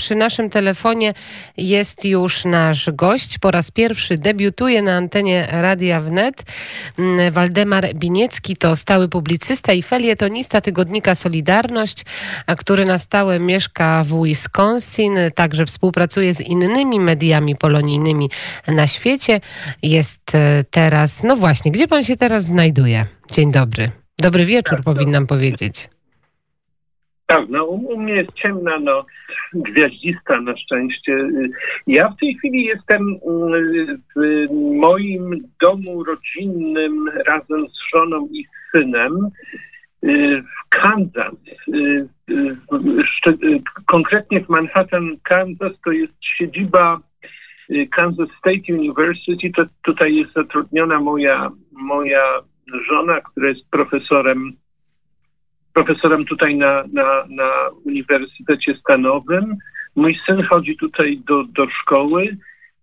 przy naszym telefonie jest już nasz gość. Po raz pierwszy debiutuje na antenie Radia Wnet. Waldemar Biniecki to stały publicysta i felietonista tygodnika Solidarność, który na stałe mieszka w Wisconsin. Także współpracuje z innymi mediami polonijnymi na świecie. Jest teraz, no właśnie, gdzie pan się teraz znajduje? Dzień dobry. Dobry wieczór, powinnam powiedzieć. Tak, no u mnie jest ciemna noc, gwiaździsta na szczęście. Ja w tej chwili jestem w moim domu rodzinnym razem z żoną i synem w Kansas. Konkretnie w Manhattan, Kansas, to jest siedziba Kansas State University. To tutaj jest zatrudniona moja żona, która jest profesorem tutaj na Uniwersytecie Stanowym. Mój syn chodzi tutaj do szkoły.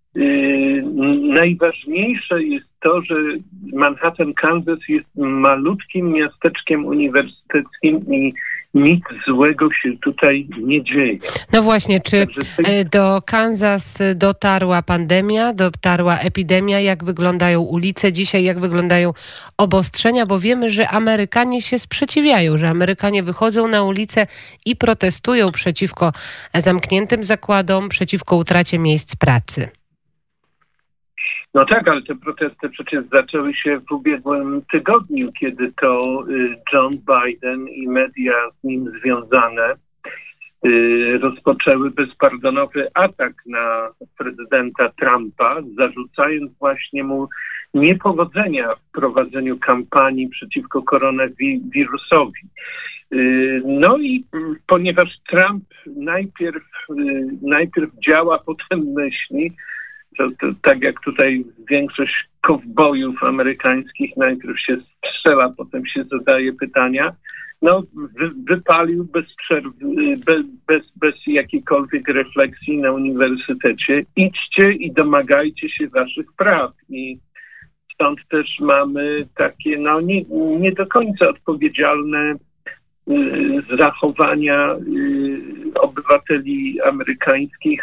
Najważniejsze jest to, że Manhattan, Kansas jest malutkim miasteczkiem uniwersyteckim i nic złego się tutaj nie dzieje. No właśnie, czy do Kansas dotarła pandemia, dotarła epidemia? Jak wyglądają ulice dzisiaj, jak wyglądają obostrzenia? Bo wiemy, że Amerykanie się sprzeciwiają, że Amerykanie wychodzą na ulicę i protestują przeciwko zamkniętym zakładom, przeciwko utracie miejsc pracy. No tak, ale te protesty przecież zaczęły się w ubiegłym tygodniu, kiedy to John Biden i media z nim związane rozpoczęły bezpardonowy atak na prezydenta Trumpa, zarzucając właśnie mu niepowodzenia w prowadzeniu kampanii przeciwko koronawirusowi. No i ponieważ Trump najpierw działa, potem myśli, to tak jak tutaj większość kowbojów amerykańskich, najpierw się strzela, potem się zadaje pytania. No, wypalił bez przerwy, bez jakiejkolwiek refleksji na uniwersytecie. Idźcie i domagajcie się waszych praw. I stąd też mamy takie, no nie do końca odpowiedzialne zachowania obywateli amerykańskich,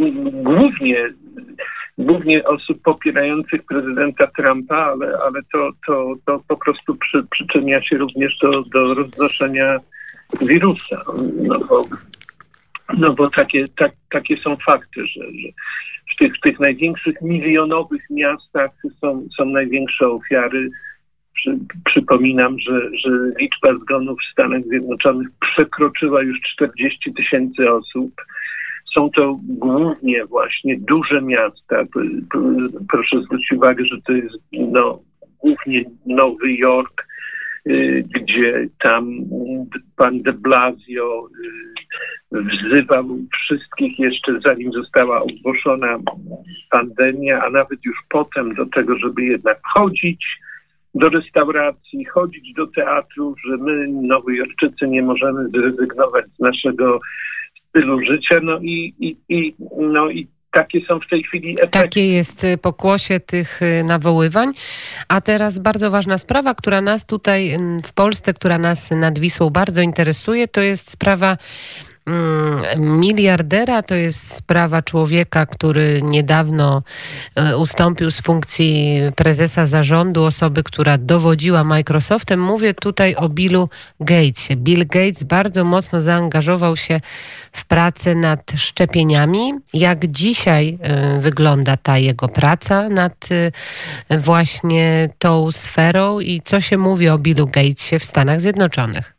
głównie osób popierających prezydenta Trumpa, ale to po prostu przyczynia się również do roznoszenia wirusa. No bo takie są fakty, że w tych największych milionowych miastach są największe ofiary. Przypominam, że liczba zgonów w Stanach Zjednoczonych przekroczyła już 40 000 osób. Są to głównie właśnie duże miasta. Proszę zwrócić uwagę, że to jest głównie Nowy Jork, gdzie tam pan de Blasio wzywał wszystkich jeszcze zanim została ogłoszona pandemia, a nawet już potem do tego, żeby jednak chodzić do restauracji, chodzić do teatru, że my, nowojorczycy, nie możemy zrezygnować z naszego stylu życia. No i takie są w tej chwili efekty. Takie jest pokłosie tych nawoływań. A teraz bardzo ważna sprawa, która nas tutaj w Polsce, która nas nad Wisłą bardzo interesuje, to jest sprawa miliardera. To jest sprawa człowieka, który niedawno ustąpił z funkcji prezesa zarządu, osoby, która dowodziła Microsoftem. Mówię tutaj o Billu Gatesie. Bill Gates bardzo mocno zaangażował się w pracę nad szczepieniami. Jak dzisiaj wygląda ta jego praca nad właśnie tą sferą i co się mówi o Billu Gatesie w Stanach Zjednoczonych?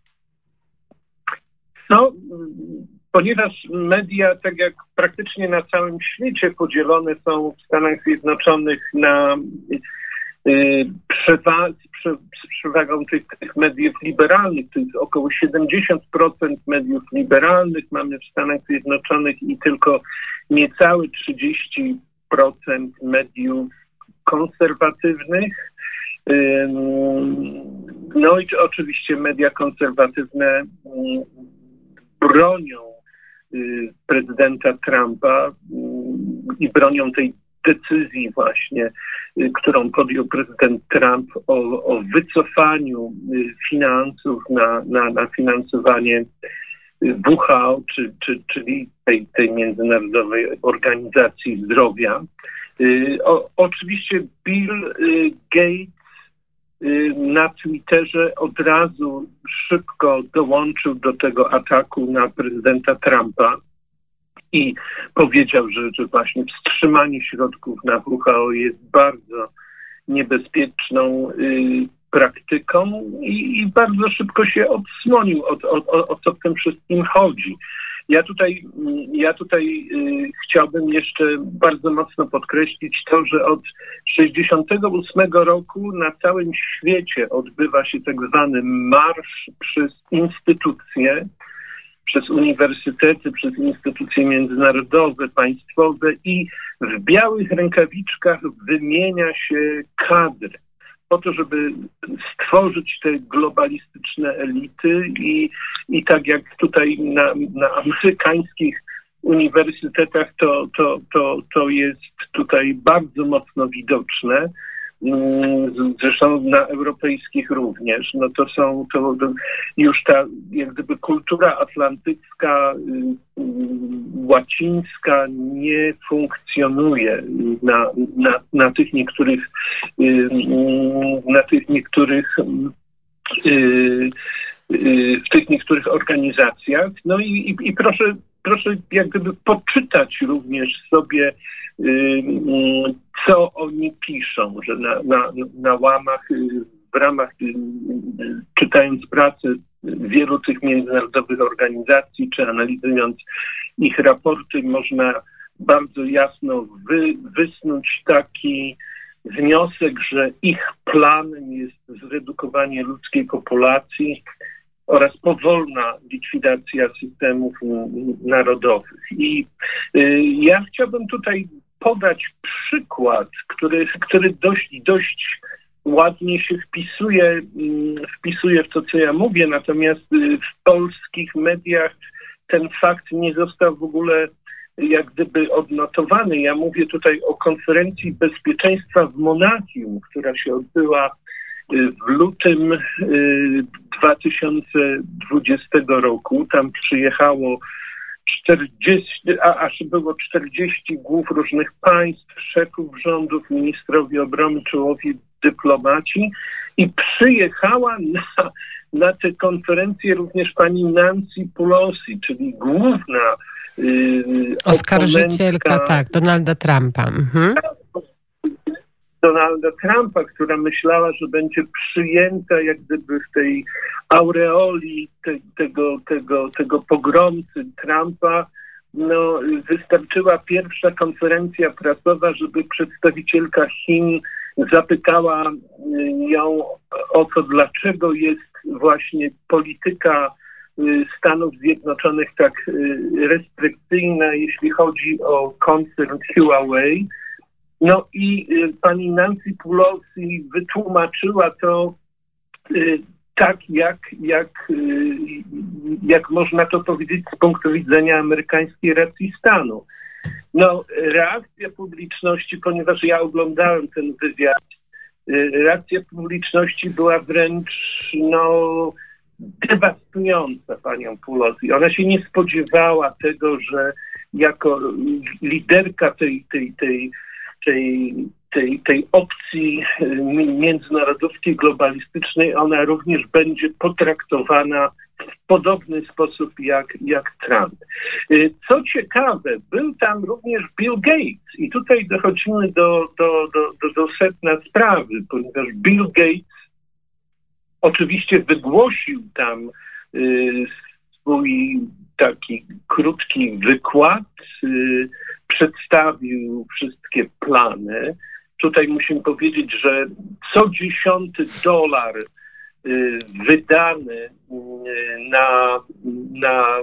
No, ponieważ media, tak jak praktycznie na całym świecie, podzielone są w Stanach Zjednoczonych na z przewagą tych mediów liberalnych, to jest około 70% mediów liberalnych mamy w Stanach Zjednoczonych i tylko niecałe 30% mediów konserwatywnych. No i oczywiście media konserwatywne bronią prezydenta Trumpa i bronią tej decyzji właśnie, którą podjął prezydent Trump o wycofaniu finansów na finansowanie WHO, czyli tej Międzynarodowej Organizacji Zdrowia. Oczywiście Bill Gates na Twitterze od razu szybko dołączył do tego ataku na prezydenta Trumpa i powiedział, że właśnie wstrzymanie środków na WHO jest bardzo niebezpieczną praktyką i bardzo szybko się odsłonił o co w tym wszystkim chodzi. Ja tutaj chciałbym jeszcze bardzo mocno podkreślić to, że od 1968 roku na całym świecie odbywa się tak zwany marsz przez instytucje, przez uniwersytety, przez instytucje międzynarodowe, państwowe i w białych rękawiczkach wymienia się kadry po to, żeby stworzyć te globalistyczne elity i tak jak tutaj na amerykańskich uniwersytetach to jest tutaj bardzo mocno widoczne. Zresztą na europejskich również, no to już ta jak gdyby kultura atlantycka, łacińska nie funkcjonuje w tych niektórych organizacjach. No i proszę jak gdyby poczytać również sobie, co oni piszą, że w ramach czytając pracę wielu tych międzynarodowych organizacji, czy analizując ich raporty, można bardzo jasno wysnuć taki wniosek, że ich planem jest zredukowanie ludzkiej populacji oraz powolna likwidacja systemów narodowych. I ja chciałbym tutaj podać przykład, który dość ładnie się wpisuje w to, co ja mówię, natomiast w polskich mediach ten fakt nie został w ogóle jak gdyby odnotowany. Ja mówię tutaj o konferencji bezpieczeństwa w Monachium, która się odbyła w lutym 2020 roku. Tam przyjechało 40 głów różnych państw, szefów rządów, ministrowie obrony, czołowi dyplomaci i przyjechała na tę konferencję również pani Nancy Pelosi, czyli główna oskarżycielka, Donalda Trumpa. Mhm. Donalda Trumpa, która myślała, że będzie przyjęta jak gdyby w tej aureoli tego pogromcy Trumpa. No, wystarczyła pierwsza konferencja prasowa, żeby przedstawicielka Chin zapytała ją o to, dlaczego jest właśnie polityka Stanów Zjednoczonych tak restrykcyjna, jeśli chodzi o koncern Huawei. No i pani Nancy Pelosi wytłumaczyła to tak, jak można to powiedzieć z punktu widzenia amerykańskiej racji stanu. No, reakcja publiczności, ponieważ ja oglądałem ten wywiad, reakcja publiczności była wręcz dewastująca panią Pelosi. Ona się nie spodziewała tego, że jako liderka tej opcji międzynarodówki globalistycznej, ona również będzie potraktowana w podobny sposób jak Trump. Co ciekawe, był tam również Bill Gates i tutaj dochodzimy do sedna sprawy, ponieważ Bill Gates oczywiście wygłosił tam swój taki krótki wykład, przedstawił wszystkie plany. Tutaj musimy powiedzieć, że co 10 dolar wydany na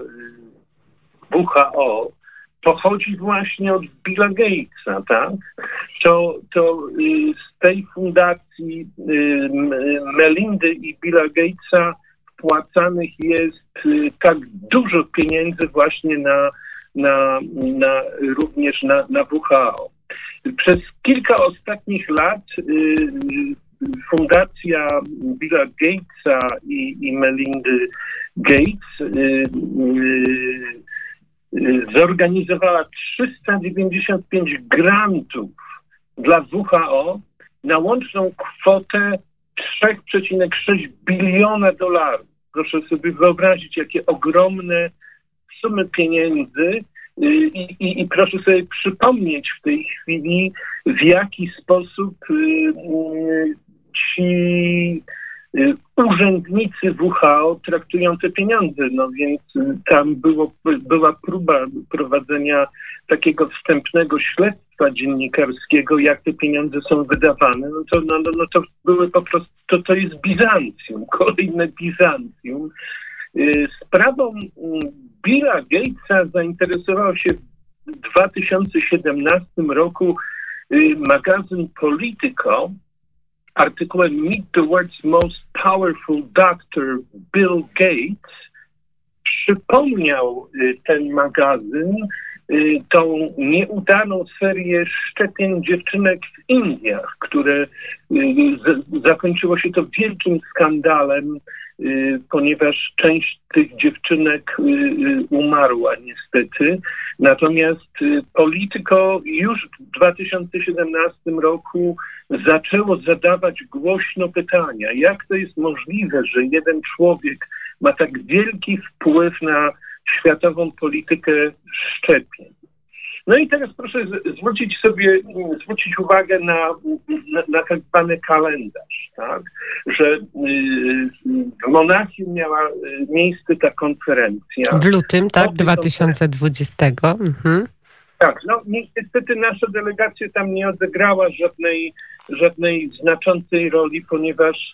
WHO pochodzi właśnie od Billa Gatesa, tak? To z tej fundacji Melindy i Billa Gatesa wpłacanych jest tak dużo pieniędzy właśnie również na WHO. Przez kilka ostatnich lat fundacja Billa Gatesa i Melindy Gates zorganizowała 395 grantów dla WHO na łączną kwotę $3,6 biliona. Proszę sobie wyobrazić, jakie ogromne sumy pieniędzy i proszę sobie przypomnieć w tej chwili, w jaki sposób ci urzędnicy WHO traktują te pieniądze. No więc tam była próba prowadzenia takiego wstępnego śledztwa dziennikarskiego, jak te pieniądze są wydawane. To były po prostu, to jest Bizancjum, kolejne Bizancjum. Sprawą Billa Gatesa zainteresował się w 2017 roku magazyn Politico artykułem Meet the World's Most Powerful Doctor, Bill Gates. Przypomniał ten magazyn tą nieudaną serię szczepień dziewczynek w Indiach, które zakończyło się to wielkim skandalem, ponieważ część tych dziewczynek umarła niestety. Natomiast Politico już w 2017 roku zaczęło zadawać głośno pytania, jak to jest możliwe, że jeden człowiek ma tak wielki wpływ na światową politykę szczepień. No i teraz proszę zwrócić uwagę na tak zwany kalendarz, tak? Że w Monachium miała miejsce ta konferencja. W lutym, tak? 2020. Mhm. Tak, no niestety nasza delegacja tam nie odegrała żadnej znaczącej roli, ponieważ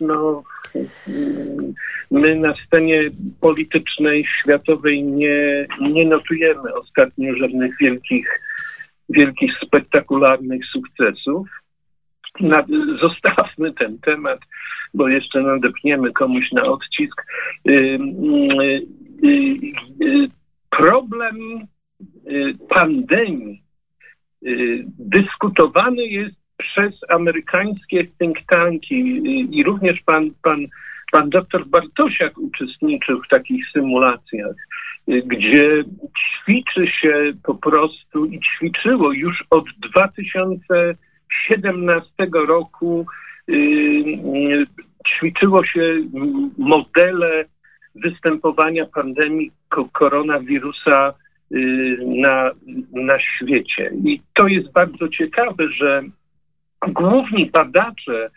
my na scenie politycznej światowej nie notujemy ostatnio żadnych wielkich spektakularnych sukcesów. Zostawmy ten temat, bo jeszcze nadepniemy komuś na odcisk. Problem pandemii dyskutowany jest przez amerykańskie think tanki i również pan dr Bartosiak uczestniczył w takich symulacjach, gdzie ćwiczy się po prostu i ćwiczyło już od 2017 roku, ćwiczyło się modele występowania pandemii koronawirusa na świecie. I to jest bardzo ciekawe, że główni badacze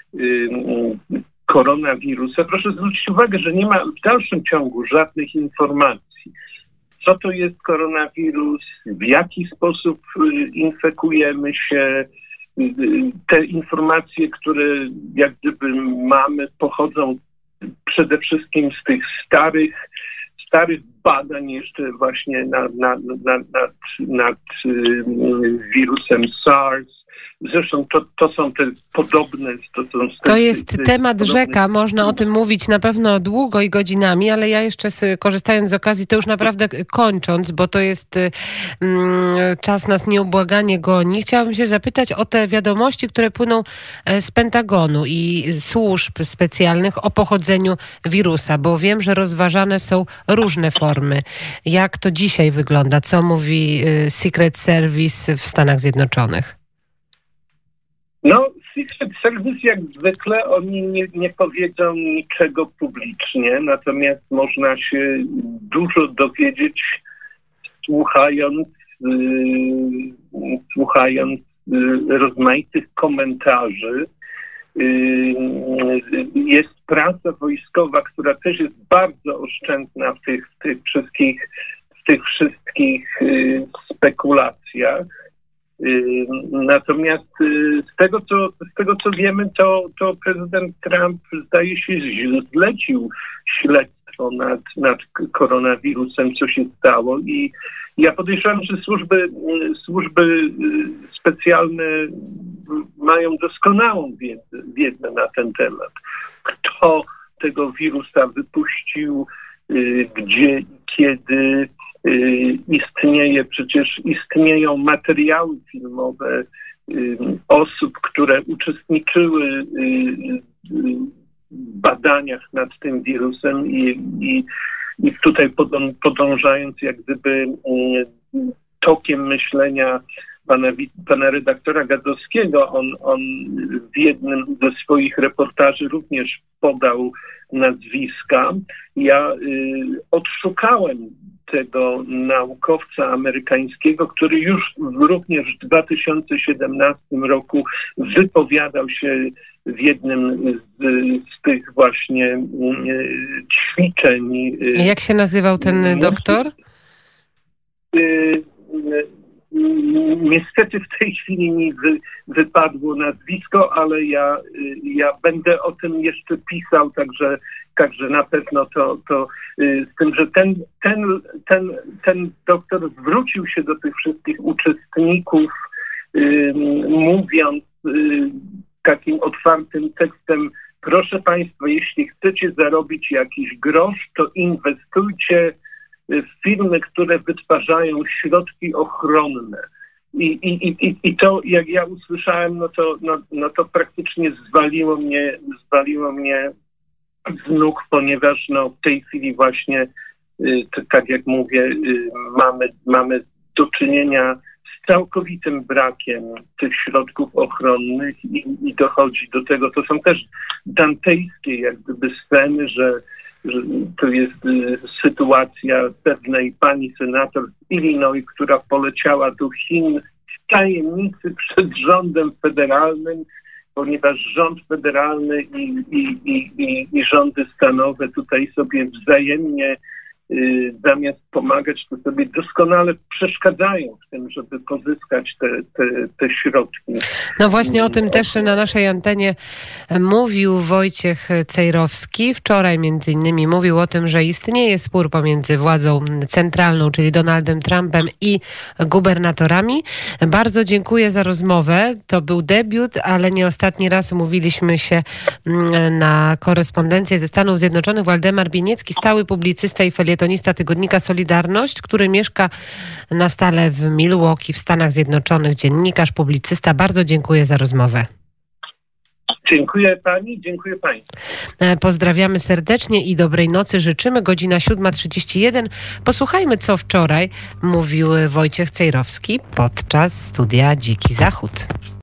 koronawirusa, proszę zwrócić uwagę, że nie ma w dalszym ciągu żadnych informacji. Co to jest koronawirus, w jaki sposób infekujemy się. Te informacje, które jak gdyby mamy, pochodzą przede wszystkim z tych starych badań jeszcze właśnie nad wirusem SARS. Zresztą to są te podobne... To jest temat rzeka, można o tym mówić na pewno długo i godzinami, ale ja jeszcze korzystając z okazji, to już naprawdę kończąc, bo to jest czas nas nieubłaganie goni. Chciałabym się zapytać o te wiadomości, które płyną z Pentagonu i służb specjalnych o pochodzeniu wirusa, bo wiem, że rozważane są różne formy. Jak to dzisiaj wygląda? Co mówi Secret Service w Stanach Zjednoczonych? No, Secret Service jak zwykle oni nie powiedzą niczego publicznie, natomiast można się dużo dowiedzieć słuchając rozmaitych komentarzy. Jest prasa wojskowa, która też jest bardzo oszczędna w tych wszystkich spekulacjach. Natomiast z tego co wiemy, to prezydent Trump zdaje się zlecił śledztwo nad koronawirusem, co się stało, i ja podejrzewam, że służby specjalne mają doskonałą wiedzę na ten temat. Kto tego wirusa wypuścił, gdzie i kiedy. Istnieją materiały filmowe osób, które uczestniczyły w badaniach nad tym wirusem i I tutaj podążając jak gdyby tokiem myślenia pana redaktora Gadowskiego, on w jednym ze swoich reportaży również podał nazwiska. Ja odszukałem tego naukowca amerykańskiego, który już również w 2017 roku wypowiadał się w jednym z tych właśnie ćwiczeń. Jak się nazywał ten doktor? Niestety w tej chwili mi wypadło nazwisko, ale ja będę o tym jeszcze pisał, także na pewno to z tym, że ten doktor zwrócił się do tych wszystkich uczestników, mówiąc takim otwartym tekstem: proszę Państwa, jeśli chcecie zarobić jakiś grosz, to inwestujcie w firmy, które wytwarzają środki ochronne. I to, jak ja usłyszałem, no to praktycznie zwaliło mnie z nóg, ponieważ w tej chwili właśnie, tak jak mówię, mamy do czynienia z całkowitym brakiem tych środków ochronnych i dochodzi do tego, to są też dantejskie jak gdyby sceny, że to jest sytuacja pewnej pani senator z Illinois, która poleciała do Chin w tajemnicy przed rządem federalnym, ponieważ rząd federalny i rządy stanowe tutaj sobie wzajemnie zamiast pomagać, to sobie doskonale przeszkadzają w tym, żeby pozyskać te środki. No właśnie o tym też na naszej antenie mówił Wojciech Cejrowski. Wczoraj między innymi mówił o tym, że istnieje spór pomiędzy władzą centralną, czyli Donaldem Trumpem, i gubernatorami. Bardzo dziękuję za rozmowę. To był debiut, ale nie ostatni raz umówiliśmy się na korespondencję ze Stanów Zjednoczonych. Waldemar Biniecki, stały publicysta i felietonista tygodnika Solidarność, który mieszka na stale w Milwaukee w Stanach Zjednoczonych, dziennikarz, publicysta. Bardzo dziękuję za rozmowę. Dziękuję pani, dziękuję państwu. Pozdrawiamy serdecznie i dobrej nocy życzymy. Godzina 7:31. Posłuchajmy, co wczoraj mówił Wojciech Cejrowski podczas studia Dziki Zachód.